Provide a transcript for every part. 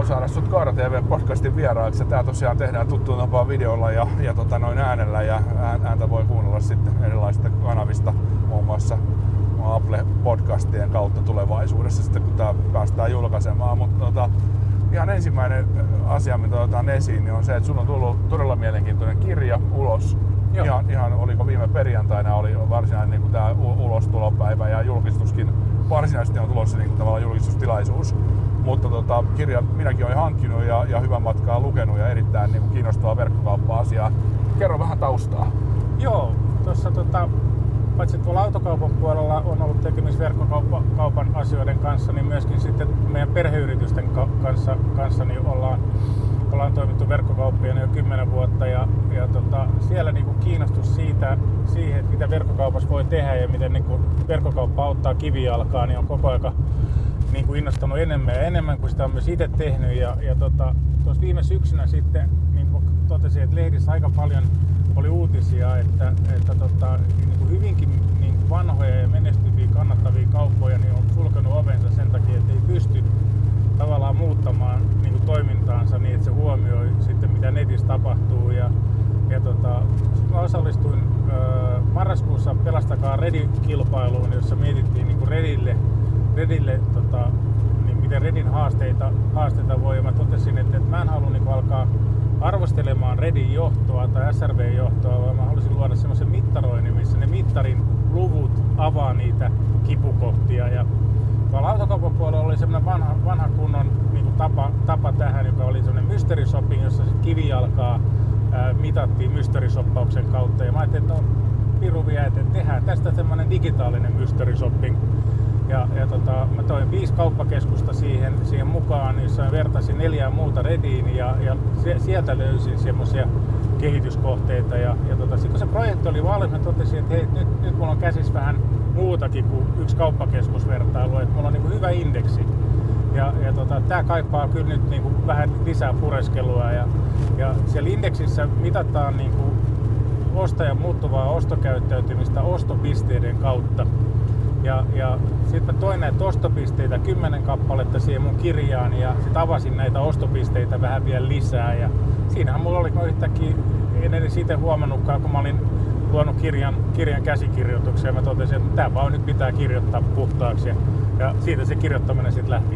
saada sut Kaara TV-podcastin vieraaksi. Tää tosiaan tehdään tuttuun tapaan videolla ja äänellä ja ääntä voi kuunnella sitten erilaisista kanavista, muun muassa Apple-podcastien kautta tulevaisuudessa sitten kun tää päästään julkaisemaan. Mutta ihan ensimmäinen asia, mitä otetaan esiin, niin on se, että sun on tullut todella mielenkiintoinen kirja ulos. Ihan oliko viime perjantaina oli varsinainen niin tää ulostulopäivä ja julkistuskin varsinaisesti on tulossa niin tavallaan julkistustilaisuus. Mutta kirja minäkin olen hankkinut ja hyvän matkaa lukenut ja erittäin niin kiinnostavaa verkkokauppa-asiaa. Kerro vähän taustaa. Joo, tuossa paitsi tuolla autokaupan puolella on ollut tekemisissä verkkokaupan asioiden kanssa, niin myöskin sitten meidän perheyritysten kanssa niin ollaan toimittu verkkokauppiaana jo 10 vuotta ja siellä niin kuin kiinnostus siihen, että mitä verkkokaupassa voi tehdä ja miten niin kuin verkkokauppa auttaa kivijalkaa, niin on koko ajan niin kuin innostanut enemmän ja enemmän kuin sitä on myös itse tehnyt. Tuossa viime syksynä sitten niin kuin totesin, että lehdissä aika paljon oli uutisia, että niin kuin hyvinkin niin kuin vanhoja ja menestyviä kannattavia kauppoja niin on sulkenut ovensa sen takia, että ei pysty tavallaan muuttamaan niin kuin toimintaansa niin, että se huomioi sitten mitä netissä tapahtuu. Sitten mä osallistuin marraskuussa Pelastakaa Ready-kilpailuun, jossa mietittiin niin kuin Redille niin miten Redin haasteita voi. Ja mä totesin, että mä en halua niin kuin alkaa arvostelemaan Redin johtoa tai SRV:n johtoa, vaan mä halusin luoda semmoisen mittaroinnin, missä ne mittarin luvut avaa niitä kipukohtia. Ja tuolla autokaupan puolella oli semmoinen vanha kunnon niin kuin tapa tähän, joka oli semmoinen mystery shopping, jossa se kivijalkaa mitattiin mystery shoppauksen kautta. Ja mä ajattelin, että on piru vie, että tehdään tästä semmoinen digitaalinen mystery shopping. Mä toin 5 kauppakeskusta siihen mukaan, jossa vertasin 4 muuta Rediin ja sieltä löysin semmoisia kehityskohteita. Sitten kun se projekti oli valmis, mä totesin, että hei, nyt mulla on käsissä vähän muutakin kuin yksi kauppakeskusvertailu, että mulla on niin kuin hyvä indeksi. Tää kaipaa kyllä nyt niin kuin vähän lisää pureskelua ja siellä indeksissä mitataan niin kuin ostajan muuttuvaa ostokäyttäytymistä ostopisteiden kautta. Ja sitten mä toin näitä ostopisteitä 10 kappaletta siihen mun kirjaan ja sit avasin näitä ostopisteitä vähän vielä lisää. Ja siinähän mulla oli yhtäkkiä, en edes itse huomannutkaan, kun mä olin luonut kirjan käsikirjoituksia ja mä totesin, että tää vaan nyt pitää kirjoittaa puhtaaksi ja siitä se kirjoittaminen sitten lähti.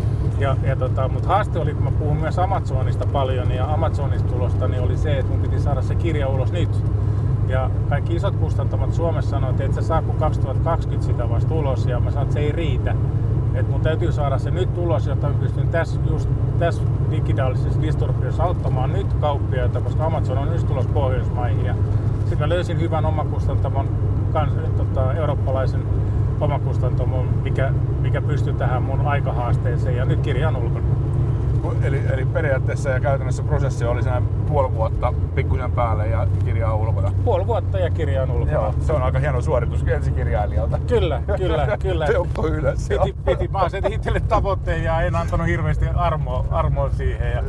Mutta haaste oli, kun mä puhun myös Amazonista paljon ja Amazonista tulosta, niin oli se, että mun piti saada se kirja ulos nyt. Ja kaikki isot kustantamat Suomessa sanoi, että et sä saa kuin 2020 sitä vasta ulos ja mä sanoin, että se ei riitä. Että mun täytyy saada se nyt ulos, jotta mä pystyn tässä digitaalisessa distortiossa auttamaan nyt kauppiaita, koska Amazon on just tulossa Pohjoismaihin. Sitten mä löysin hyvän omakustantamon, eurooppalaisen omakustantamon, mikä pystyy tähän mun aikahaasteeseen ja nyt kirja on ulkona. Eli periaatteessa ja käytännössä prosessi oli sen puoli vuotta pikkusen päälle ja kirja on ulkona. Puoli vuotta ja kirja on ulkona. Joo, se on aika hieno suoritus ensikirjailijalta. Kyllä. Peukko ylös. Mä asetin itselle tavoitteen ja en antanut hirveästi armoa siihen.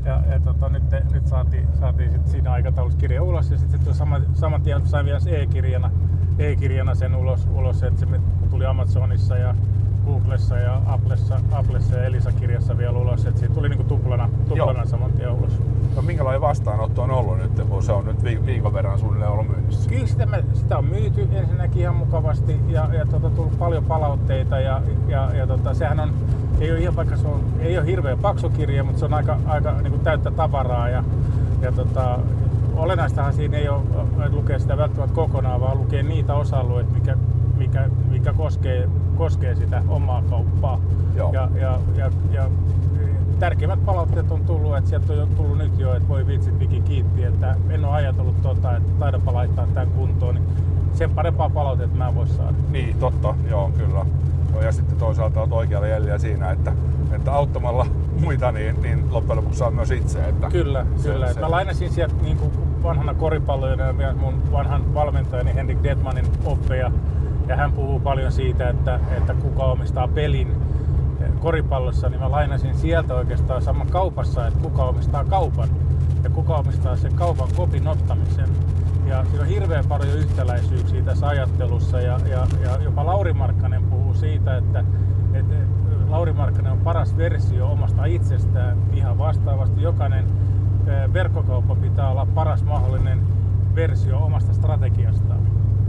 Nyt saatiin sit siinä aikataulussa kirja ulos ja sitten saman tien sain vielä e-kirjana sen ulos, että se tuli Amazonissa ja Googlessa ja Applessa ja Elisa-kirjassa vielä ulos, että siitä tuli niinku tuplana saman tien ulos. No minkälainen vastaanotto on ollut nyt, kun se on nyt viikon verran suunnilleen ollut myynnissä? Kyllä sitä on myyty ensinnäkin ihan mukavasti ja tullut paljon palautteita ja sehän on, ei ole hirveän paksu kirja, mutta se on aika niinku täyttä tavaraa ja olennaistahan siinä ei ole lukea sitä välttämättä kokonaan, vaan lukee niitä osa-alueita, mikä koskee sitä omaa kauppaa. Ja tärkeimmät palautteet on tullut, että sieltä on tullut nyt jo, että voi vitsit Viki kiitti, että en ole ajatellut että taidanpa laittaa tämän kuntoon, niin sen parempaa palautetta mä en voi saada. Niin, totta, joo, kyllä. Ja sitten toisaalta olet oikealla jäljellä siinä, että auttamalla muita, niin loppujen lopuksi saat myös itse. Että kyllä. Mä lainasin sieltä niin kuin vanhana koripalloina ja mun vanhan valmentajani Henrik Detmanin oppeja. Ja hän puhuu paljon siitä, että kuka omistaa pelin koripallossa, niin mä lainasin sieltä oikeastaan saman kaupassa, että kuka omistaa kaupan ja kuka omistaa sen kaupan kopin ottamisen. Ja siinä on hirveän paljon yhtäläisyyksiä tässä ajattelussa ja jopa Lauri Markkanen puhuu siitä, että Lauri Markkanen on paras versio omasta itsestään ihan vastaavasti. Jokainen verkkokauppa pitää olla paras mahdollinen versio omasta strategiastaan.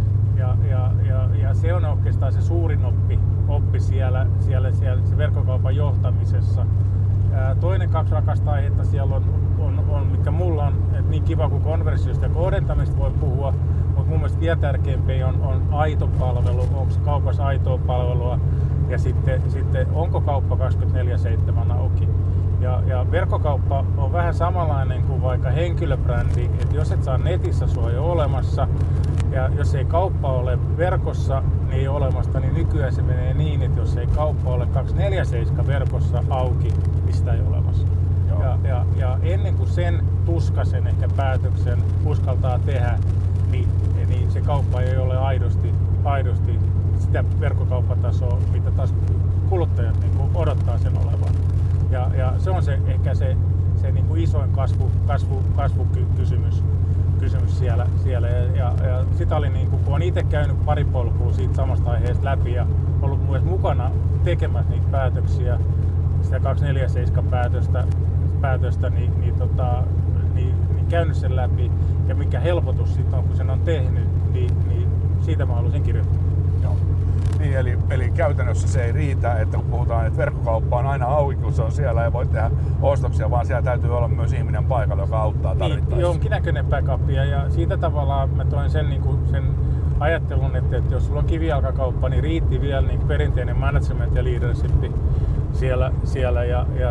Ja se on oikeastaan se suurin oppi siellä se verkkokaupan johtamisessa. Toinen 2 rakasta aihetta siellä on, mitkä mulla on, että niin kiva kuin konversiosta ja kohdentamista voi puhua, mutta mun mielestä vielä tärkeämpi on aito palvelu, onko kaupassa aitoa palvelua ja sitten onko kauppa 24/7 auki. Ja verkkokauppa on vähän samanlainen kuin vaikka henkilöbrändi, että jos et saa netissä sua jo olemassa ja jos ei kauppa ole verkossa niin ei olemasta, niin nykyään se menee niin, että jos ei kauppa ole 24/7 verkossa auki, niin sitä ei olemassa. Ja ennen kuin sen tuskaisen ehkä päätöksen uskaltaa tehdä, niin se kauppa ei ole aidosti sitä verkkokauppatasoa, mitä taas kuluttajat niin kuin odottaa sen olevan. Ja se on ehkä se niin kuin isoin kasvukysymys siellä. Ja sitä oli niin kuin, kun olen itse käynyt pari polkua siitä samasta aiheesta läpi ja ollut myös mukana tekemässä niitä päätöksiä, sitä 24/7 päätöstä, niin käynyt sen läpi ja mikä helpotus sitten on, kun sen on tehnyt, niin siitä mä halusin kirjoittaa. Joo. Niin, eli käytännössä se ei riitä, että kun puhutaan, että verkkokauppa on aina auki, kun se on siellä ja voi tehdä ostoksia, vaan siellä täytyy olla myös ihminen paikalla, joka auttaa tarvittaessa. Niin, jonkinnäköinen backup ja siitä tavallaan mä toin sen ajattelun, että jos sulla on kivijalkakauppa, niin riitti vielä niin perinteinen management ja leadership siellä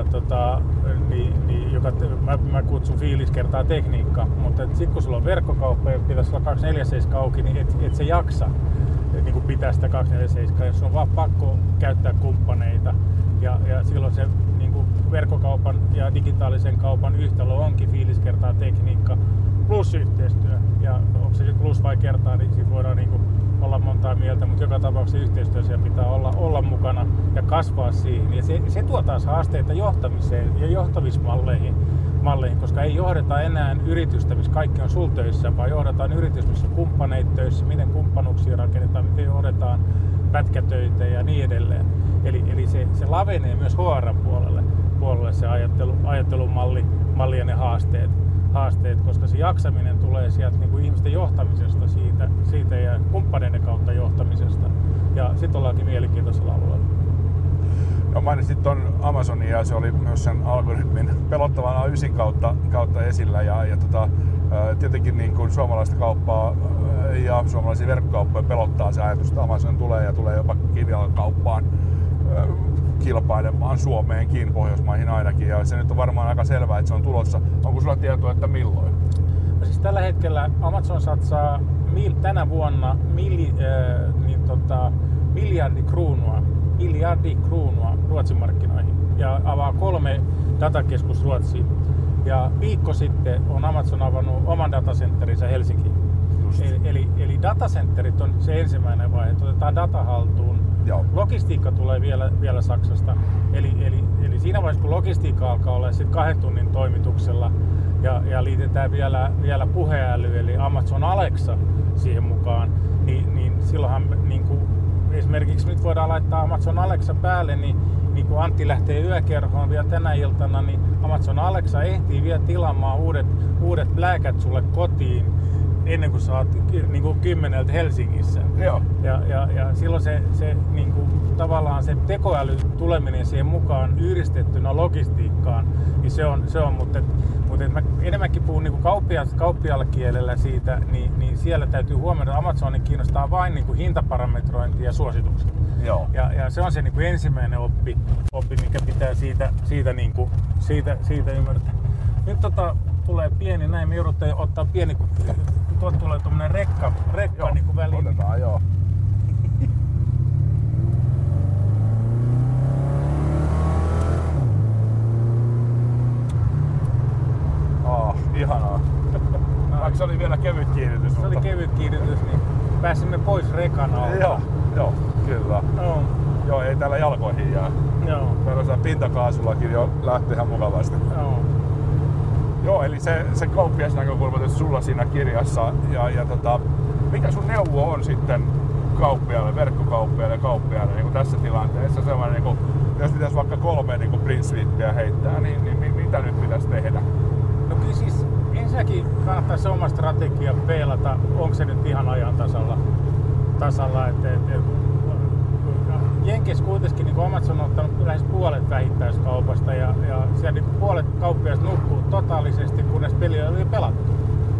joka mä kutsun fiilis kertaa tekniikka, mutta sitten kun sulla on verkkokauppa ja pitäisi olla 24/7 auki, niin et se jaksa niin kuin pitää sitä 24/7, jos on vaan pakko käyttää kumppaneita ja silloin se niin kuin verkkokaupan ja digitaalisen kaupan yhtälö onkin fiilis kertaa tekniikka plus yhteistyö. Ja onko se plus vai kertaa, niin siitä voidaan niin kuin olla montaa mieltä, mutta joka tapauksessa yhteistyö siellä pitää olla mukana ja kasvaa siihen. Ja se tuo taas haasteita johtamiseen ja johtamismalleihin, koska ei johdeta enää yritystä, missä kaikki on sul töissä, vaan johdetaan yritys, missä on kumppaneita töissä, miten kumppanuuksia rakennetaan, miten johdetaan pätkätöitä ja niin edelleen. Eli se lavenee myös HR-puolelle se ajattelumalli ja ne haasteet, koska se jaksaminen tulee sieltä niin kuin ihmisten johtamisesta siitä ja kumppaneiden kautta johtamisesta. Ja sitten ollaankin mielenkiintoisella alueella. No, mainitsit ton Amazonin ja se oli myös sen algoritmin pelottavana 9 kautta esillä ja tietenkin niin kuin suomalaista kauppaa ja suomalaisia verkkokauppoja pelottaa se ajatus, että Amazon tulee ja tulee jopa kivijalkakauppaan kilpailemaan Suomeenkin, Pohjoismaihin ainakin, ja se nyt on varmaan aika selvää, että se on tulossa. Onko sulla tietoa, että milloin? No siis tällä hetkellä Amazon satsaa tänä vuonna miljardi kruunua Ruotsin markkinoihin ja avaa 3 datakeskus Ruotsiin. Ja viikko sitten on Amazon avannut oman datacenterinsa Helsinkiin. Eli datacenterit on se ensimmäinen vaihe, että otetaan data haltuun. Joo. Logistiikka tulee vielä Saksasta. Eli siinä vaiheessa, kun logistiikka alkaa olla 2 tunnin toimituksella ja liitetään vielä puheäly, eli Amazon Alexa siihen mukaan, niin silloinhan niin kuin, esimerkiksi nyt voidaan laittaa Amazon Alexa päälle, niin kun Antti lähtee yökerhoon vielä tänä iltana, niin Amazon Alexa ehtii vielä tilaamaan uudet pläkät sulle kotiin ennen kuin sä oot niin kuin 10 Helsingissä. Joo. Ja silloin se niin kuin, tavallaan se tekoäly tuleminen siihen mukaan yhdistettynä logistiikkaan, niin se on mutta mä enemmänkin puhun niin kauppiaalla siitä, niin siellä täytyy huomioida, että Amazonin kiinnostaa vain niin kuin hintaparametrointi ja suositukset. Joo. Ja se on se niin kuin ensimmäinen oppi, mikä pitää siitä ymmärtää. Nyt tulee pieni, näin me joudutte ottaa pieni, kun tuolta tulee tommonen rekka niin kuin väliin. Otetaan, joo. Ihanaa. Vaikka se oli vielä kevyt kiihdytys. Se oli kevyt kiihdytys, niin pääsimme pois rekan alta. Joo, kyllä. No. Joo, ei täällä jalkoihin jää. Joo. Tällaisella pintakaasullakin jo lähti ihan mukavasti. Joo, eli se kauppiasnäkökulma tietysti sulla siinä kirjassa. Mikä sun neuvo on sitten kauppiaille, verkkokauppiaille ja kauppiaille niin tässä tilanteessa? Sellainen, niin jos pitäisi vaikka 3 niin print-sweepeä heittää, niin mitä nyt pitäisi tehdä? No kyllä siis ensinnäkin kannattaisi se oma strategia peilata, onko se nyt ihan ajan tasalla. Jenkeissä kuitenkin niin Amazon on ottanut lähes puolet vähittäiskaupasta ja siellä niin puolet kauppiaista nukkuu totaalisesti, kunnes peli oli pelattu.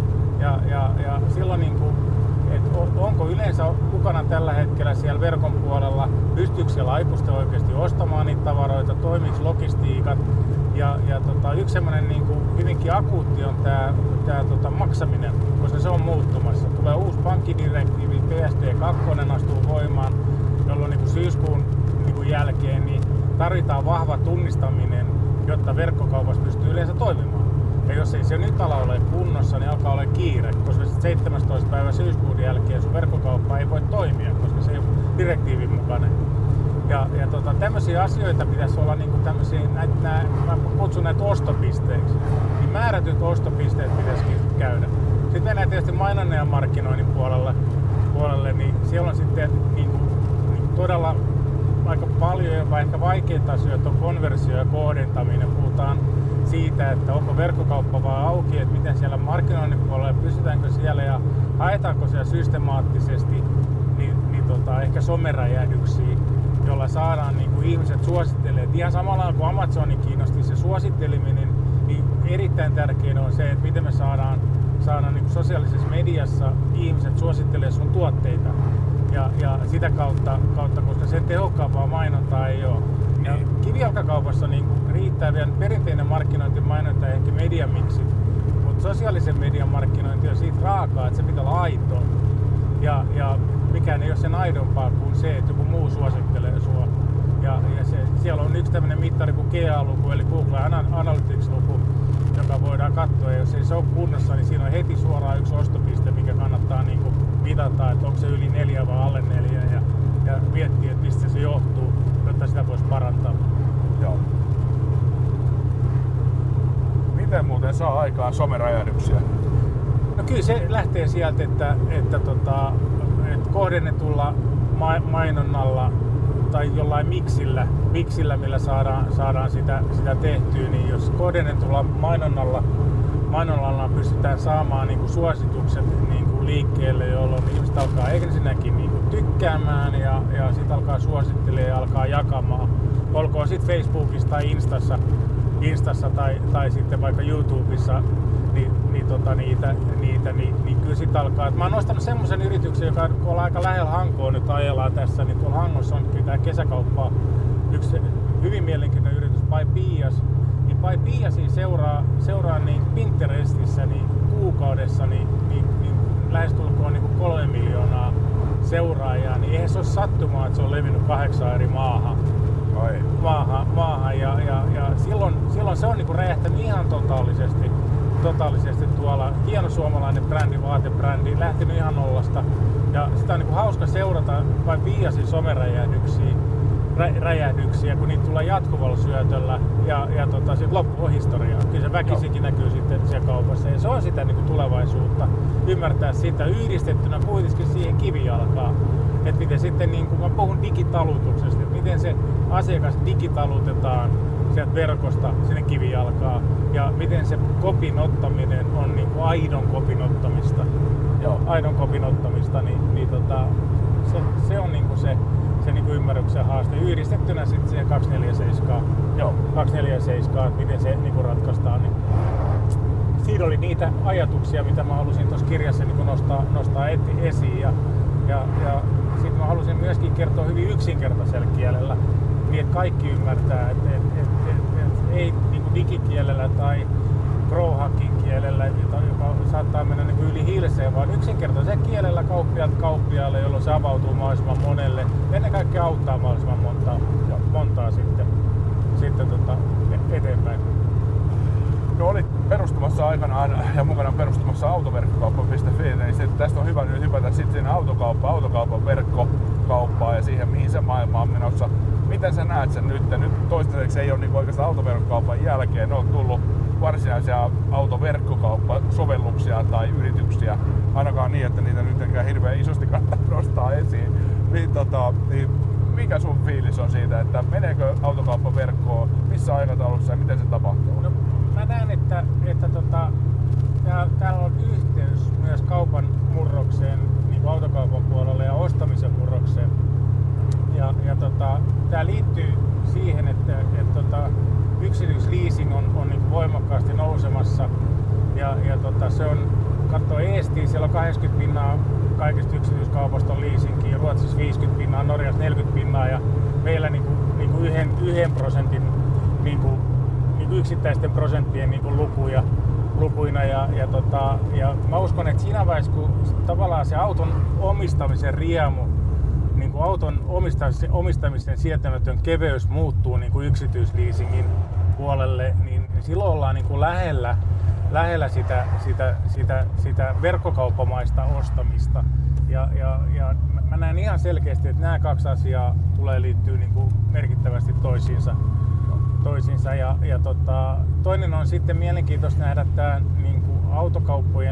Ja silloin niin kuin, onko yleensä mukana tällä hetkellä siellä verkon puolella, pystyykö siellä aikuisten oikeasti ostamaan niitä tavaroita, toimiiko logistiikat. Yksi semmoinen niin kuin hyvinkin akuutti on tämä maksaminen, koska se on muuttumassa. Tulee uusi pankkidirektiivi, PSD2 astuu voimaan, jolloin niin kuin syyskuun niin kuin jälkeen niin tarvitaan vahva tunnistaminen, jotta verkkokaupassa pystyy yleensä toimimaan. Ja jos ei se nyt ala ole kunnossa, niin alkaa olla kiire, koska 17. päivä syyskuun jälkeen sun verkkokauppa ei voi toimia, koska se ei ole direktiivin mukainen. Tämmöisiä asioita pitäisi olla niinku tämmöisiä, mä kutsun näitä ostopisteiksi, niin määrätyt ostopisteet pitäisi käydä. Sitten mennään tietysti mainonnan ja markkinoinnin puolelle, niin siellä on sitten niinku todella aika paljon jopa ehkä vaikeita asioita on konversio ja kohdentaminen. Puhutaan siitä, että onko verkkokauppa vaan auki, että miten siellä markkinoinnin puolella, pysytäänkö siellä ja haetaanko siellä systemaattisesti ehkä someräjähdyksiä, jolla saadaan niin kuin ihmiset suosittelemaan. Ihan samalla kuin Amazonin kiinnosti se suositteleminen, niin erittäin tärkeää on se, että miten me saadaan niin kuin sosiaalisessa mediassa ihmiset suosittelemaan sun tuotteita. Ja sitä kautta, koska sen tehokkaampaa mainontaa ei ole. Ja kivijalkakaupassa niin riittää vielä perinteinen markkinointi, mainonta ja ehkä mediamiksi, mutta sosiaalisen median markkinointi on siitä raakaa, että se pitää olla aitoa. Ja mikään ei ole sen aidompaa kuin se, että joku muu suosittelee sua. Siellä on yksi tämmöinen mittari kuin GA-luku, eli Google Analytics-luku, joka voidaan katsoa. Ja jos ei se ole kunnossa, niin siinä on heti suoraan yksi ostopiste, mikä kannattaa niin kuin mitata, että onko se yli 4 vai alle 4 ja miettiä, että mistä se johtuu, jotta sitä voisi parantaa. Joo. Miten muuten saa aikaan someräjähdyksiä? No kyllä se lähtee sieltä, että kohdennetulla mainonnalla tai jollain miksillä millä saadaan sitä tehtyä, niin jos kohdennetulla mainonnalla pystytään saamaan niin kuin suositukset niin kuin liikkeelle, jolloin ihmiset alkaa ensinnäkin niin kuin tykkäämään ja sitten alkaa suosittelemaan ja alkaa jakamaan. Olkoon sitten Facebookissa tai Instassa tai sitten vaikka YouTubessa niin kyllä sit alkaa. Mä oon nostanut semmoisen yrityksen, joka on aika lähellä Hankoa nyt ajellaan tässä, niin tuolla Hangossa on tää kesäkauppaa yksi hyvin mielenkiintoinen yritys, By Pias. Niin By Piasia seuraa niin Pinterestissä niin kuukaudessa niin lähestulkoon niin 3 miljoonaa seuraajaa, niin eihän se ole sattumaa, että se on levinnyt 8 eri maahan. Ja silloin se on niin kuin räjähtänyt ihan totaalisesti tuolla. Hieno suomalainen brändi, vaatebrändi, lähtenyt ihan nollasta. Ja sitä on niin kuin hauska seurata vai Piasin someräjähdyksiä, kun niitä tulee jatkuvalla syötöllä ja sitten loppu on historiaa. Kyllä se väkisikin näkyy sitten siellä kaupassa ja se on sitä niin kuin tulevaisuutta. Ymmärtää sitä yhdistettynä kuitenkin siihen kivijalkaan. Että miten sitten, niin kun mä puhun digitalutuksesta, että miten se asiakas digitalutetaan sieltä verkosta sinne kivijalkaan ja miten se kopin ottaminen on niin kuin aidon kopin ottamista. Joo, aidon kopin ottamista, se on niin kuin se niin kuin ymmärryksen haaste. Yhdistettynä sitten siihen 247. Joo, 247, että miten se niin kuin ratkaistaan. Niin siinä oli niitä ajatuksia, mitä mä halusin tuossa kirjassa niin kuin nostaa esiin. Ja sitten mä halusin myöskin kertoa hyvin yksinkertaisella kielellä, niin että kaikki ymmärtää, että ei niin kuin digikielellä tai pro-hacking kielellä, joka saattaa mennä niin kuin yli hiilseen, vaan yksinkertaisella kielellä kauppiaalle, jolloin se avautuu mahdollisimman monelle. Ennen kaikkea auttaa mahdollisimman montaa sitten eteenpäin. No olit perustumassa aikanaan ja mukana perustumassa autoverkkokauppa.fi, niin tästä on hyvä nyt hypätä sitten siinä autokaupan verkkokauppaan ja siihen mihin se maailma on menossa. Miten sä näet sen nyt? Nyt toistaiseksi ei ole niin oikeastaan autoverkkokaupan jälkeen, ne on tullut varsinaisia autoverkkokauppasovelluksia tai yrityksiä, ainakaan niin, että niitä nyt enkään hirveän isosti kannattaa nostaa esiin. Niin mikä sun fiilis on siitä, että meneekö autokauppaverkkoon, missä aikataulussa ja miten se tapahtuu? No, mä näen, että täällä on yhteys myös kaupan murrokseen, niin kuin autokaupan puolella ja ostamisen murrokseen. Tää liittyy siihen, että yksityisleasing on niin kuin voimakkaasti nousemassa se on, katsoo Eestiin, siellä on 80% kaikista yksityiskaupasta on leasingia, Ruotsissa 50%, Norjassa 40% ja meillä niin kuin 1% niin kuin yksittäisten prosenttien niin kuin lukuina ja mä uskon, että siinä vaiheessa kun tavallaan se auton omistamisen riemu, niin kuin auton omistamisen sietämätön keveys muuttuu niin kuin yksityisleasingin puolelle, niin silloin ollaan niin kuin lähellä sitä verkkokauppamaista ostamista. Ja mä näen ihan selkeästi, että nämä kaksi asiaa tulee liittyä niin kuin merkittävästi toisiinsa. Toinen on sitten mielenkiintoista nähdä tämä niin kuin autokauppojen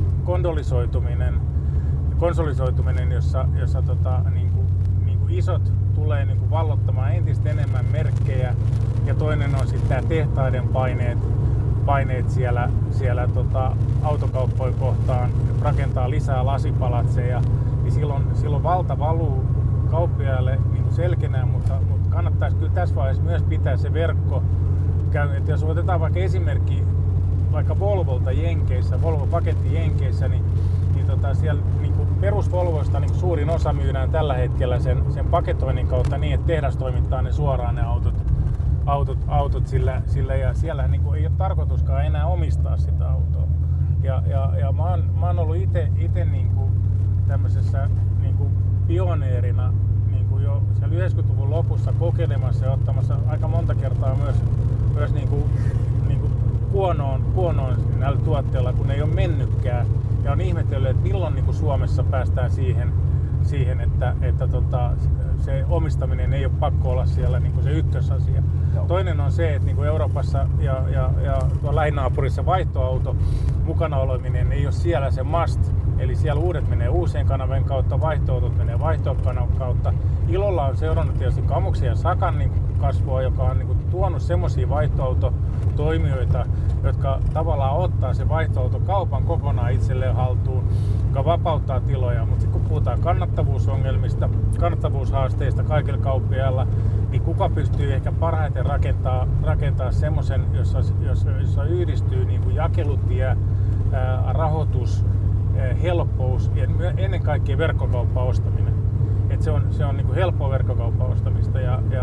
konsolisoituminen, jossa niin kuin isot tulee niin kuin vallottamaan entistä enemmän merkkejä, ja toinen on sitten tämä tehtaiden paineet siellä autokauppojen kohtaan rakentaa lisää lasipalatseja, niin silloin valta valuu kauppiaille niin kuin selkenään, mutta kannattaisi kyllä tässä vaiheessa myös pitää se verkko. Että jos otetaan vaikka esimerkki vaikka Volvolta Jenkeissä, Volvo-paketti Jenkeissä, niin siellä niin kuin perus-Volvoista niin suurin osa myydään tällä hetkellä sen paketoinnin kautta niin, että tehdas toimittaa ne suoraan ne autot sillä ja siellä niin kuin ei ole tarkoituskaan enää omistaa sitä autoa. Ja mä oon ollut ite niin kuin tämmöisessä niin kuin pioneerina niin kuin jo siellä 90-luvun lopussa kokeilemassa ja ottamassa aika monta kertaa myös niin kuin huonoon näillä tuotteilla, kun ei ole mennytkään. Ja on ihmetellyt, että milloin niin kuin Suomessa päästään siihen että se omistaminen ei ole pakko olla siellä niin kuin se ykkösasia. Joo. Toinen on se, että niin kuin Euroopassa ja tuolla lähinaapurissa vaihtoauto mukana oleminen ei ole siellä se must. Eli siellä uudet menee uusien kanavien kautta, vaihtoautot menee vaihtoaukanavan kautta. Ilolla on seurannut tietysti Kamuksen ja Sakan niin kasvua, joka on niin kuin tuonut semmoisia vaihtoautotoimijoita, jotka tavallaan ottaa se vaihtoautokaupan kokonaan itselleen haltuun, joka vapauttaa tiloja. Mutta kun puhutaan kannattavuusongelmista, kannattavuushaasteista kaikilla kauppiailla, niin kuka pystyy ehkä parhaiten rakentaa semmoisen, jossa yhdistyy niin kuin jakelutie, rahoitus, helppous ja ennen kaikkea verkkokauppaostaminen. Et se on niin kuin helppoa verkkokauppaostamista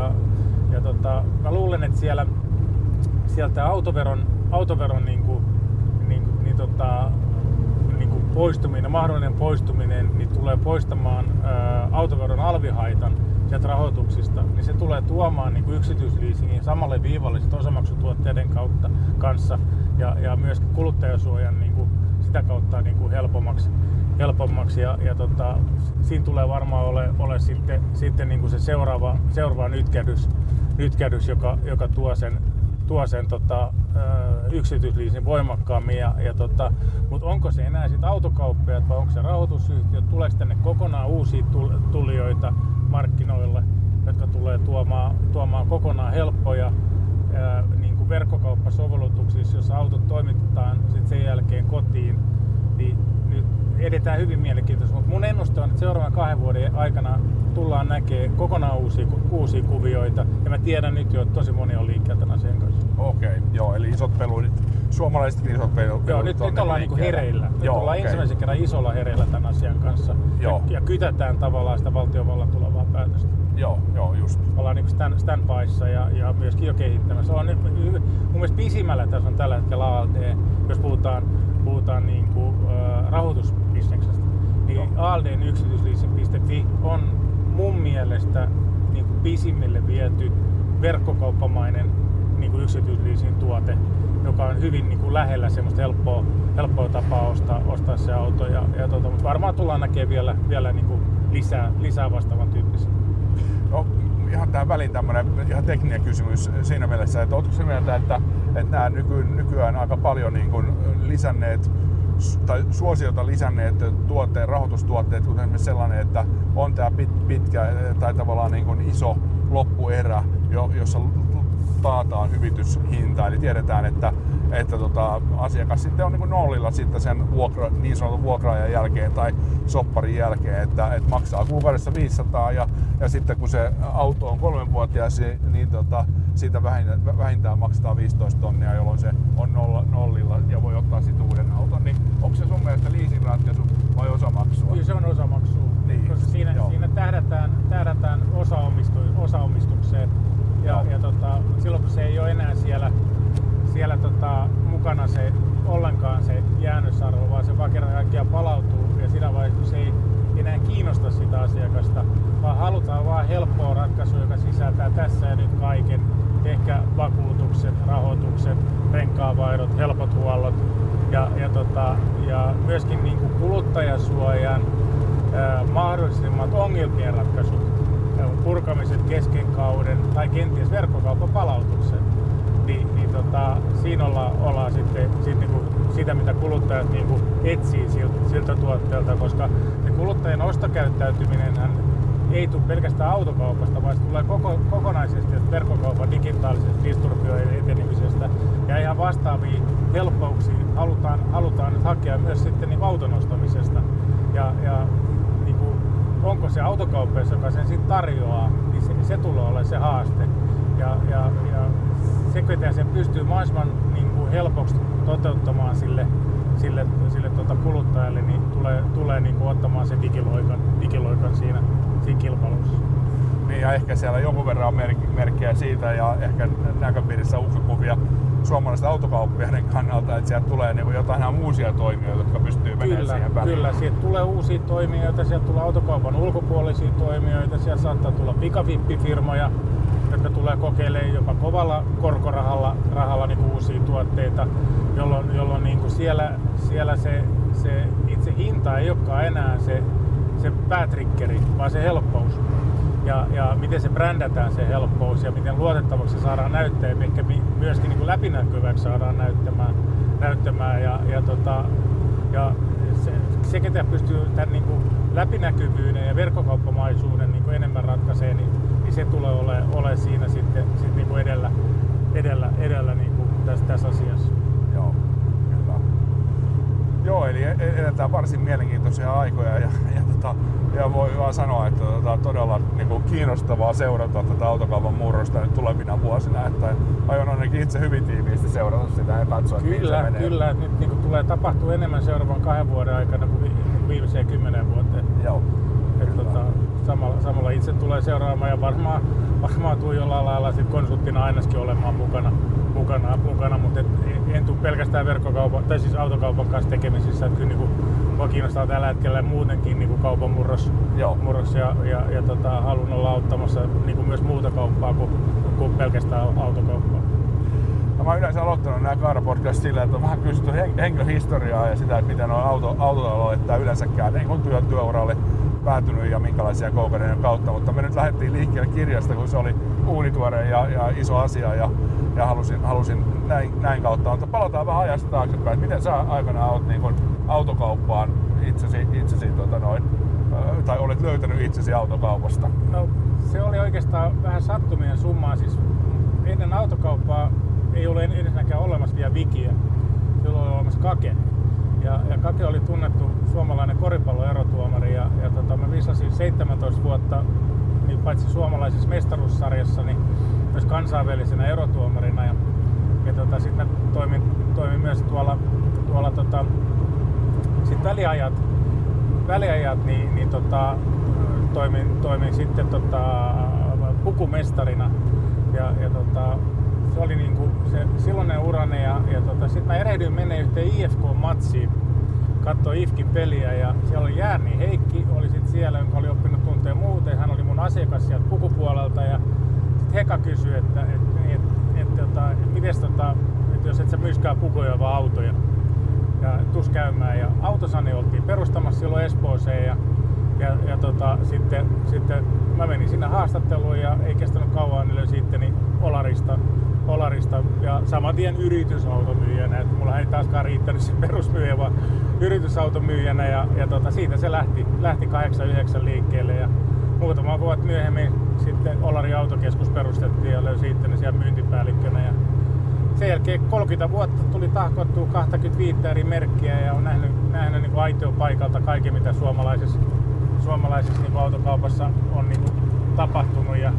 mä luulen, että sieltä autoveron poistuminen, mahdollinen poistuminen, niin tulee poistamaan autoveron alvihaitan sieltä rahoituksista, niin se tulee tuomaan niin kuin yksityisleasingin samalle viivalle osamaksutuotteiden kanssa ja myös kuluttajasuojan niin kuin sitä kautta niin kuin helpommaksi ja siinä tulee varmaan ole sitten niin kuin se seuraava nytkähdys, joka tuo sen yksityisleasing voimakkaammin mutta onko se enää sit autokauppiaat vai onko se rahoitusyhtiöt, tuleeko tänne kokonaan uusia tulijoita markkinoille, jotka tulee tuomaan kokonaan helppoja niin kuin verkkokauppasovellutuksissa, jossa autot toimitetaan sit sen jälkeen kotiin, niin nyt edetään hyvin mielenkiintoista, mutta mun ennuste on, että seuraavan 2 vuoden aikana tullaan näkemään kokonaan uusia kuvioita, ja mä tiedän nyt jo, että tosi moni on liikkeellä tämän asian kanssa. Okei, joo, eli isot pelurit, suomalaisetkin isot pelurit. Joo, nyt ollaan niinku hereillä. Nyt ollaan ensimmäisen kerran isolla hereillä tämän asian kanssa. Ja kytätään tavallaan sitä valtiovallan tulevaa päätöstä. Joo, just. Ollaan niinku standbyssa ja myöskin jo kehittämässä. Mun mielestä pisimmällä tässä on tällä hetkellä ALD, jos puhutaan niinku, rahoitusbisneksestä. Niin ALDn yksityisleasing.fi on mun mielestä niinku pisimmille viety verkkokauppamainen niinku yksityisleasing tuote, joka on hyvin niinku lähellä semmoista helppoa tapaa ostaa se auto. Mutta varmaan tullaan näkemään vielä niinku lisää vastaavan tyyppisiä. No, ihan tähän väliin tämmönen ihan tekninen kysymys siinä mielessä, että ootko se mieltä, että nämä nykyään aika paljon niin kuin lisänneet tai suosiota lisänneet rahoitustuotteet, kuten esimerkiksi sellainen, että on tämä pitkä tai tavallaan niin kuin iso loppuerä, jossa taataan hyvityshinta, eli tiedetään, että asiakas sitten on niin kuin nollilla sitten sen niin sanotun vuokraajan jälkeen tai sopparin jälkeen, että maksaa kuukaudessa 500 ja sitten kun se auto on 3-vuotias, niin siitä vähintään maksaa 15 tonnia, jolloin se on nollilla ja voi ottaa sitten uuden auton. Niin onko se sun mielestä leasing-ratkaisu vai osamaksua? Kyllä se on osamaksua, niin, koska siinä tähdätään osaomistukseen ja silloin kun se ei ole enää siellä mukana ollenkaan se jäännösarvo, vaan se vaan kerran kaikkiaan palautuu ja siinä vaiheessa kun se ei enää kiinnosta sitä asiakasta, vaan halutaan vaan helppoa ratkaisua, joka sisältää tässä ja nyt kaiken, ehkä vakuutukset, rahoitukset, renkaanvaihdot, helpot huollot ja myöskin niin kuin kuluttajasuojan mahdollisimmat ongelmien ratkaisut, purkamiset kesken kauden tai kenties verkkokaupan palautukset. Siinä ollaan sitten niinku sitä, mitä kuluttajat niinku etsii siltä tuotteelta, koska se kuluttajien ostokäyttäytyminenhän ei tule pelkästään autokaupasta, vaan se tulee kokonaisesti verkkokaupan digitaalisesta distribuoiden etenemisestä. Ja ihan vastaavia helppouksia halutaan nyt hakea myös sitten niin auton ostamisesta. Ja niinku, onko se autokauppa, joka sen sitten tarjoaa, niin se tulee olemaan se haaste. Ja se, sen pystyy mahdollisimman niin kuin helpoksi toteuttamaan sille kuluttajalle, niin tulee niin kuin ottamaan sen digiloikan siinä kilpailussa. Niin, ja ehkä siellä jonkun verran on merkkejä siitä ja ehkä näköpiirissä uhkakuvia suomalaisten autokauppiaiden kannalta, että sieltä tulee niin jotain ihan uusia toimijoita, jotka pystyy menemään siihen väliin. Kyllä, sieltä tulee uusia toimijoita, sieltä tulee autokaupan ulkopuolisia toimijoita, sieltä saattaa tulla pikavippifirmoja, jotka tulee kokeilemaan jopa kovalla korkorahalla niin kuin uusia tuotteita, jolloin niin kuin siellä se itse hinta ei olekaan enää se päätriggeri, vaan se helppous. Ja miten se brändätään se helppous ja miten luotettavaksi se saadaan näyttää ja ehkä myöskin niin kuin läpinäkyväksi saadaan näyttämään ja se ketä pystyy tämän niin kuin läpinäkyvyyden ja verkkokauppamaisuuden niin kuin enemmän ratkaisee, niin se tulee ole siinä sitten niin kuin edellä niin kuin tässä asiassa. Joo, kyllä. Joo, eli eletään varsin mielenkiintoisia aikoja ja voi vaan sanoa, että todella niin kuin kiinnostavaa seurata tätä autokaupan murrosta nyt tulevina vuosina, että aion ainakin itse hyvin tiiviisti seurata sitä ja katsoa, että kyllä, se menee. Kyllä, että nyt niin kuin tulee tapahtua enemmän seuraavan 2 vuoden aikana kuin viimeiseen 10 vuoteen. Joo. Samalla itse tulee seuraamaan ja varmaan tuu jollain lailla sit konsulttina ainakin olemaan mukana, mutta en tule pelkästään verkkokaupan tai siis autokaupan kanssa tekemisissä, että kyllä niinku, mua kiinnostaa tällä hetkellä muutenkin niinku kaupan murros ja haluan olla auttamassa niinku myös muuta kauppaa kuin pelkästään autokauppaa. No, mä oon yleensä aloittanut nämä Kaara-podcast sillä, että on vähän kysytty henkilöhistoriaa ja sitä, että miten on autotaloutta yleensäkään niin työuralle päätynyt ja minkälaisia koukereiden kautta, mutta me nyt lähdettiin liikkeelle kirjasta, kun se oli uunituore ja iso asia ja halusin näin kautta, mutta palataan vähän ajasta taaksepäin, että miten sä aikanaan oot niin autokauppaan itsesi tai olet löytänyt itsesi autokaupasta? No, se oli oikeastaan vähän sattumien summaa, siis ennen autokauppaa ei ole ensinnäkään olemassa vielä Wikiä, silloin oli olemassa Kake. Ja Kake oli tunnettu suomalainen koripalloerotuomari ja mä visasin 17 vuotta niin paitsi suomalaisessa mestaruussarjassa, niin myös kansainvälisenä erotuomarina. Ja sitten mä toimin myös tuolla sit väliajat niin toimin sitten pukumestarina ja se oli niinku se silloinen urane ja sitten mä erehdyin mennä yhteen IFK-matsiin katsoi IFKin peliä ja siellä oli Järni Heikki oli sit siellä, jonka oli oppinut tuntea muuten. Hän oli mun asiakas sieltä pukupuolelta ja sit Heka kysyi, että jos et sä myskää pukuja vaan autoja ja tuus käymään. Ja Autosani oltiin perustamassa silloin Espooseen ja sitten mä menin sinne haastatteluun ja ei kestänyt kauan, niin löysin itteni Olarista ja saman tien yritysautomyyjänä. Et mulla ei taaskaan riittänyt se perusmyyjä, vaan yritysautomyyjänä ja siitä se lähti 89 liikkeelle ja muutama vuotta myöhemmin sitten Olarin autokeskus perustettiin ja löysin itteni siellä myyntipäällikkönä. Ja sen jälkeen 30 vuotta tuli tahkottua 25 eri merkkiä ja on nähnyt niin kuin aitoa paikalta kaiken, mitä suomalaisessa niin kuin autokaupassa on niin kuin tapahtunut ja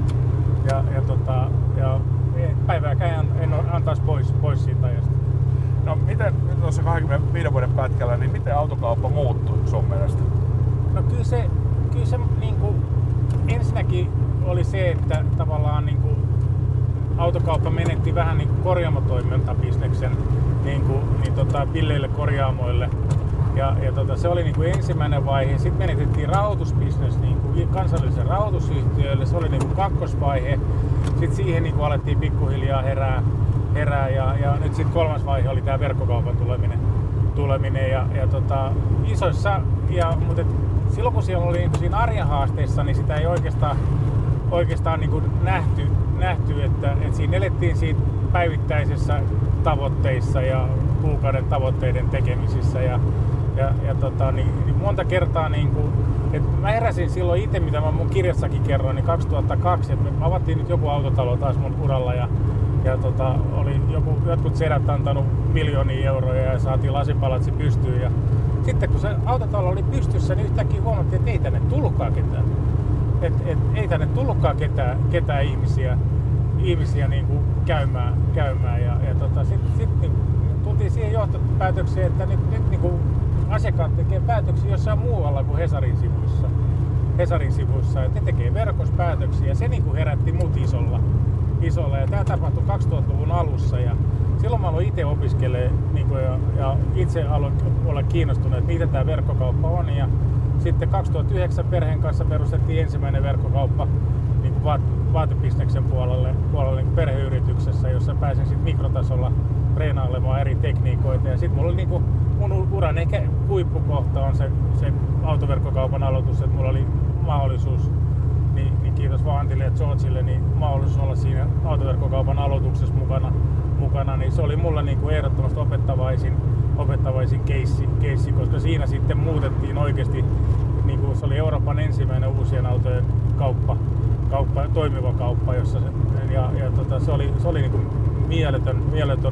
päivääkään en antaisi pois siitä ajasta. No miten tuossa 25 vuoden pätkällä, niin miten autokauppa muuttui sun mielestä? No kyllä se niin kuin, ensinnäkin oli se, että tavallaan niin kuin, autokauppa menetti vähän niin kuin korjaamotoimintabisneksen pilleille korjaamoille. Se oli niin kuin ensimmäinen vaihe. Sitten menetettiin rahoitusbisnes niin kuin kansallisille rahoitusyhtiöille. Se oli niin kuin kakkosvaihe. Sitten siihen niin kuin alettiin pikkuhiljaa herää ja nyt sitten kolmas vaihe oli tämä verkkokaupan tuleminen isoissa mutta silloin kun siellä oli niin kuin siinä arjen haasteissa, niin sitä ei oikeastaan niin kuin nähty että siinä elettiin siinä päivittäisessä tavoitteissa ja kuukauden tavoitteiden tekemisissä ja monta kertaa että mä heräsin silloin itse, mitä mä mun kirjassakin kerroin, niin 2002, että me avattiin nyt joku autotalo taas mun uralla ja oli jotkut sedät antanut miljoonia euroja ja saatiin lasipalatsi pystyyn ja sitten kun se autotalo oli pystyssä, niin yhtäkkiä huomattiin, että ei tänne tullutkaan ketään. Ei tänne tullutkaan ketään ihmisiä niin kuin käymään ja sitten tultiin siihen johtopäätökseen, että nyt niin kuin asiakkaat tekee päätöksiä jossain muualla kuin Hesarin sivuissa, että ne tekee verkossa päätöksiä ja se niin kuin herätti mut isolla ja tämä tapahtui 2000-luvun alussa ja silloin mä aloin itse opiskelemaan niin ja itse aloin olla kiinnostunut, että mitä tämä verkkokauppa on ja sitten 2009 perheen kanssa perustettiin ensimmäinen verkkokauppa niin kuin vaatebisneksen puolelle niin kuin perheyrityksessä, jossa pääsin sitten mikrotasolla treenailemaan eri tekniikoita ja sitten mulla oli niin kuin mun uran ehkä huippukohta on se autoverkkokaupan aloitus, että mulla oli mahdollisuus niin kiitos vaan Antille ja Georgille, niin mahdollisuus olla siinä autoverkkokaupan aloituksessa mukana, niin se oli mulla niin kuin ehdottomasti opettavaisin keissi, koska siinä sitten muutettiin oikeasti, niin kuin se oli Euroopan ensimmäinen uusien autojen toimiva kauppa, jossa se oli niin kuin mieletön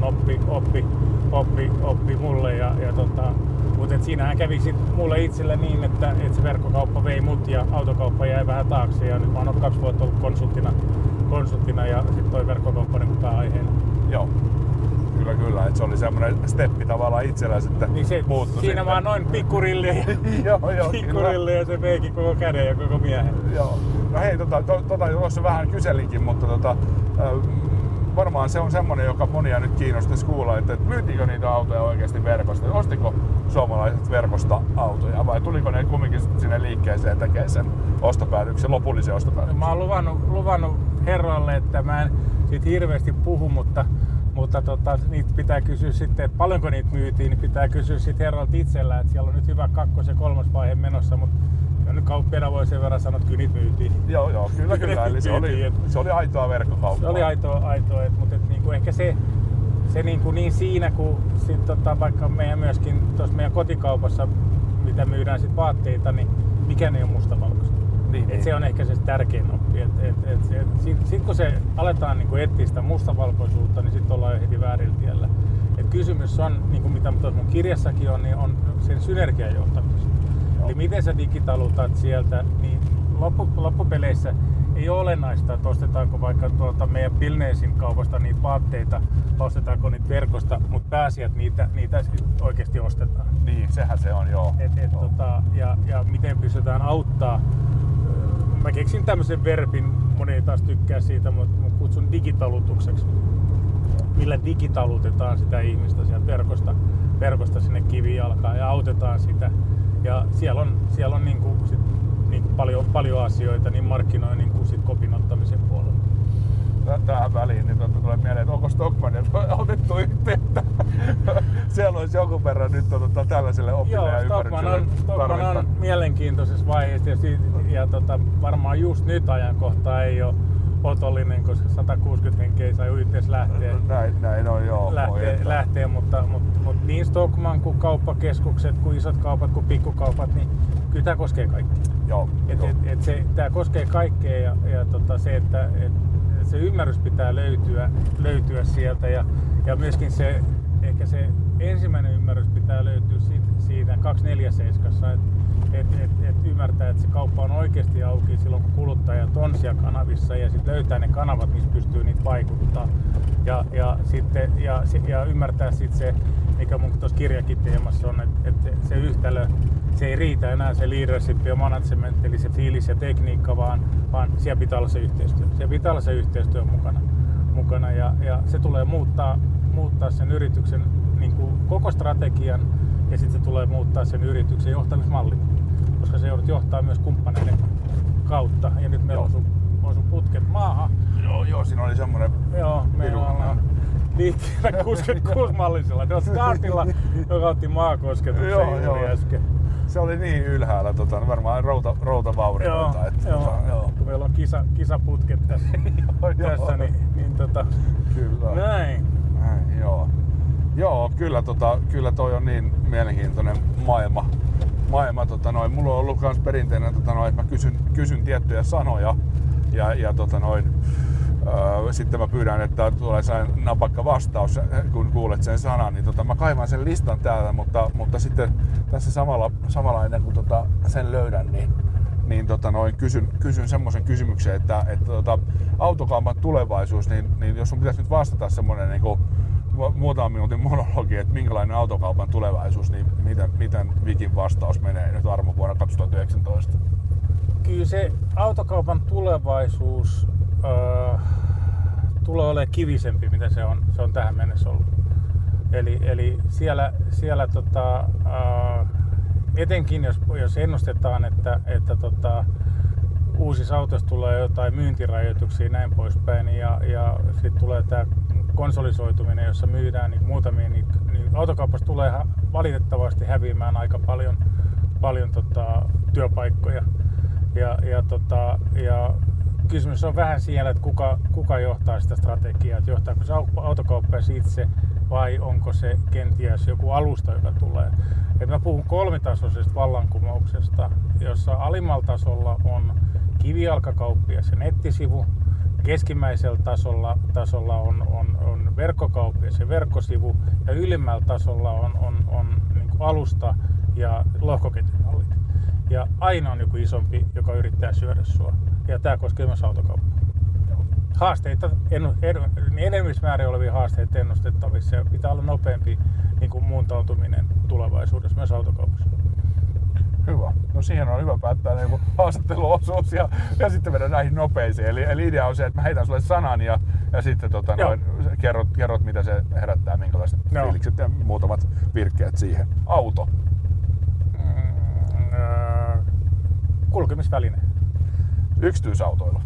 oppi mulle mutta siinähän kävi sit mulle itselle niin, että se verkkokauppa vei mut ja autokauppa jäi vähän taakse ja nyt mä oon 2 vuotta ollut konsulttina ja sit toi verkkokauppa niin pääaiheena. Joo, kyllä, että se oli semmoinen steppi tavallaan itsellä sitten niin muuttui. Siinä vaan noin pikkurilli ja se veikin koko käden ja koko miehen. Joo. No hei, tuossa vähän kyselinkin, mutta varmaan se on semmoinen, joka monia nyt kiinnostaisi kuulla, että myytiinkö niitä autoja oikeasti verkosta? Ostiko suomalaiset verkosta autoja vai tuliko ne kumminkin sinne liikkeeseen tekemään sen lopullisen ostopäätöksen? Mä oon luvannut herroille, että mä en siitä hirveästi puhu, mutta niitä pitää kysyä sitten, että paljonko niitä myytiin, niin pitää kysyä sitten herroilta itsellään, että siellä on nyt hyvä 2. ja 3. vaihe menossa, mutta nyt kauppiaana voi sen verran sanoa, että kyllä niitä myytiin. Joo, kyllä. Eli se oli aitoa verkkokauppaa. Se oli aitoa, mutta niinku ehkä se niinku niin siinä, kun sit vaikka meidän myöskin tuossa meidän kotikaupassa, mitä myydään sit vaatteita, niin mikään ei ole mustavalkoista. Niin. Se on ehkä se tärkein oppi. Sitten kun se aletaan niinku etsiä sitä mustavalkoisuutta, niin sitten ollaan jo heti väärillä tiellä. Kysymys on, niinku mitä tuossa mun kirjassakin on, niin on sen synergian johtamisesta. Eli miten sä digitalutat sieltä, niin loppupeleissä ei ole olennaista, että ostetaanko vaikka meidän Pilneesin kaupasta niitä vaatteita, ostetaanko niitä verkosta, mutta pääasiat niitä oikeasti ostetaan. Niin, sehän se on, joo. Ja miten pystytään auttaa. Mä keksin tämmöisen verbin, moni ei taas tykkää siitä, mutta mä kutsun digitalutukseksi. Millä digitalutetaan sitä ihmistä sieltä verkosta sinne kivijalkaan ja autetaan sitä. Ja siellä on niinku paljon asioita niin markkinoinnin kuin sit kopin ottamisen puolella. Tähän väliin niin tulee mieleen, että onko Stockmannilta otettu yhteyttä? Siellä olisi joku verran nyt tällaiselle opille ja ymmärrykselle. Stockmann on mielenkiintoisessa vaiheessa ja varmaan just nyt ajankohta ei ole otollinen, koska 160 henkeä sai yhteensä Näin on, joo. Lähtee, mutta niin Stockmann kuin kauppakeskukset, kuin isot kaupat, kuin pikkukaupat, niin kyllä tämä koskee kaikkia. Joo. Tämä koskee kaikkea ja se, että se ymmärrys pitää löytyä sieltä ja myöskin ehkä se ensimmäinen ymmärrys pitää löytyä siitä 247, että ymmärtää, että se kauppa on oikeasti auki silloin, kun kuluttajat on siellä kanavissa ja sitten löytää ne kanavat, missä pystyy niitä vaikuttaa. Ja ymmärtää sitten se, mikä mun tuossa kirjakin teemassa on, että se yhtälö, se ei riitä enää se leadership ja management, eli se fiilis ja tekniikka, vaan siellä pitää olla se yhteistyö. Siellä pitää olla se yhteistyö mukana ja se tulee muuttaa sen yrityksen niin kuin koko strategian ja sitten se tulee muuttaa sen yrityksen johtamismallin, koska se joudut johtaa myös kumppaneiden kautta. Ja nyt meillä on sun putket maahan. Joo, siinä oli semmoinen. Joo, meillä on liikkeellä 66-mallisella. Ne on startilla, joka otti maakosketuksen juuri äsken. Se oli niin ylhäällä, varmaan routavaurioita. Joo. Kun meillä on kisaputket tässä, niin Kyllä. Näin, joo. Joo, kyllä toi on niin mielenkiintoinen maailma. Mulla on ollut kans perinteinen, että mä kysyn tiettyjä sanoja ja sitten mä pyydän, että tulee sellainen napakka vastaus, kun kuulet sen sanan, niin mä kaivan sen listan täältä, mutta sitten tässä samalla ennen kuin sen löydän, niin kysyn semmoisen kysymyksen, että autokaupan tulevaisuus, niin jos sun pitäisi nyt vastata semmoinen niin kuin muutaman minuutin monologi, että minkälainen autokaupan tulevaisuus, niin miten Vikin vastaus menee nyt Armo vuonna 2019? Kyllä se autokaupan tulevaisuus tulee olemaan kivisempi, mitä se on tähän mennessä ollut. Eli siellä etenkin jos ennustetaan, että uusissa autoissa tulee jotain myyntirajoituksia ja näin poispäin, ja sitten tulee tämä konsolisoituminen, jossa myydään niin muutamia, niin autokaupassa tulee valitettavasti häviämään aika paljon työpaikkoja. Ja kysymys on vähän siellä, että kuka johtaa sitä strategiaa, että johtaako se autokauppa itse vai onko se kenties joku alusta, joka tulee. Et mä puhun kolmitasoisesta vallankumouksesta, jossa alimmalla tasolla on kivijalkakauppias ja nettisivu, keskimmäisellä tasolla on verkkokauppias ja verkkosivu ja ylimmällä tasolla on niin kuin alusta ja lohkoketjumallit. Ja aina on joku isompi, joka yrittää syödä sua. Ja tämä koskee myös autokauppaa. Haasteita, enemmismäärin olevia haasteita ennustettavissa ja pitää olla nopeampi niin kuin muuntautuminen tulevaisuudessa myös autokaupassa. Hyvä. No siihen on hyvä päättää niin haastatteluosuus ja sitten mennään näihin nopeisiin. Eli idea on se, että mä heitän sulle sanan ja sitten kerrot mitä se herättää, minkälaiset fiilikset ja muutamat virkkeet siihen. Auto. Kulkemisväline. Yksityisautoilu.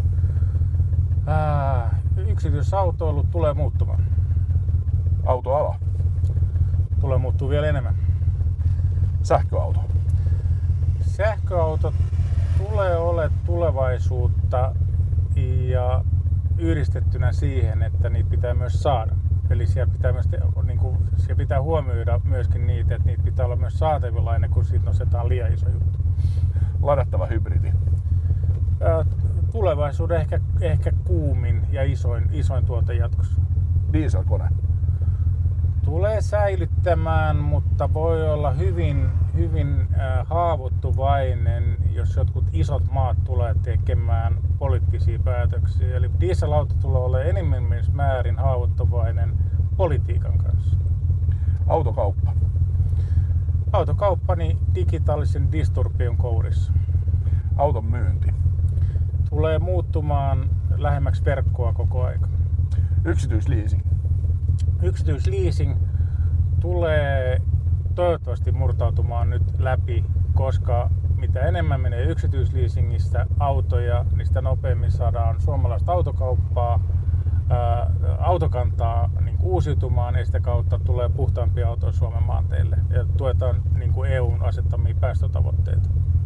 Yksityisautoilu tulee muuttumaan. Autoala. Tulee muuttuu vielä enemmän. Sähköauto. Sähköauto tulee olemaan tulevaisuutta ja yhdistettynä siihen, että niitä pitää myös saada. Eli siellä pitää, myös siellä pitää huomioida myöskin niitä, että niitä pitää olla myös saatavilla ennen kuin siitä nostetaan liian iso juttu. Ladattava hybridi. Tulevaisuuden ehkä kuumin ja isoin tuote jatkossa. Dieselkone. Tulee säilyttämään, mutta voi olla hyvin haavoittuvainen, jos jotkut isot maat tulee tekemään poliittisia päätöksiä. Eli dieselauto tulee olemaan enemmän haavoittuvainen politiikan kanssa. Autokauppa. Autokauppani digitaalisen disturbion kourissa. Auton myynti. Tulee muuttumaan lähemmäksi verkkoa koko aika. Yksityisleasing. Yksityisleasing tulee toivottavasti murtautumaan nyt läpi, koska mitä enemmän menee yksityisleasingistä autoja, niin sitä nopeammin saadaan suomalaista autokauppaa autokantaa niin uusiutumaan ja sitä kautta tulee puhtaampia autoja Suomen maanteille ja tuetaan niin kuin EUn asettamia päästötavoitteita.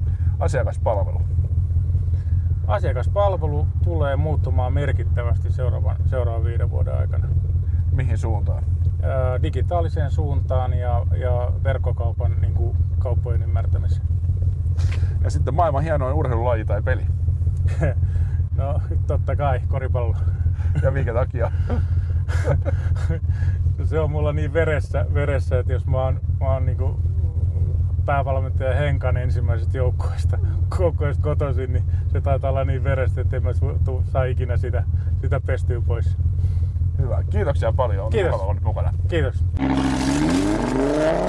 Asiakaspalvelu tulee muuttumaan merkittävästi seuraavan 5 vuoden aikana. Mihin suuntaan? Digitaaliseen suuntaan ja verkkokaupan niin kuin kauppojen ymmärtämiseen. Ja sitten maailman hienoin urheilulaji tai peli? No totta kai, koripallo. Ja minkä takia? Se on mulla niin veressä, että jos mä oon niin kuin päävalmentaja Henkan ensimmäisestä joukkueesta kotoisin, niin se taitaa olla niin verestä, että en mä saa ikinä sitä pestyä pois. Hyvä. Kiitoksia paljon. Kiitos. Mukava olla nyt mukana. Kiitos.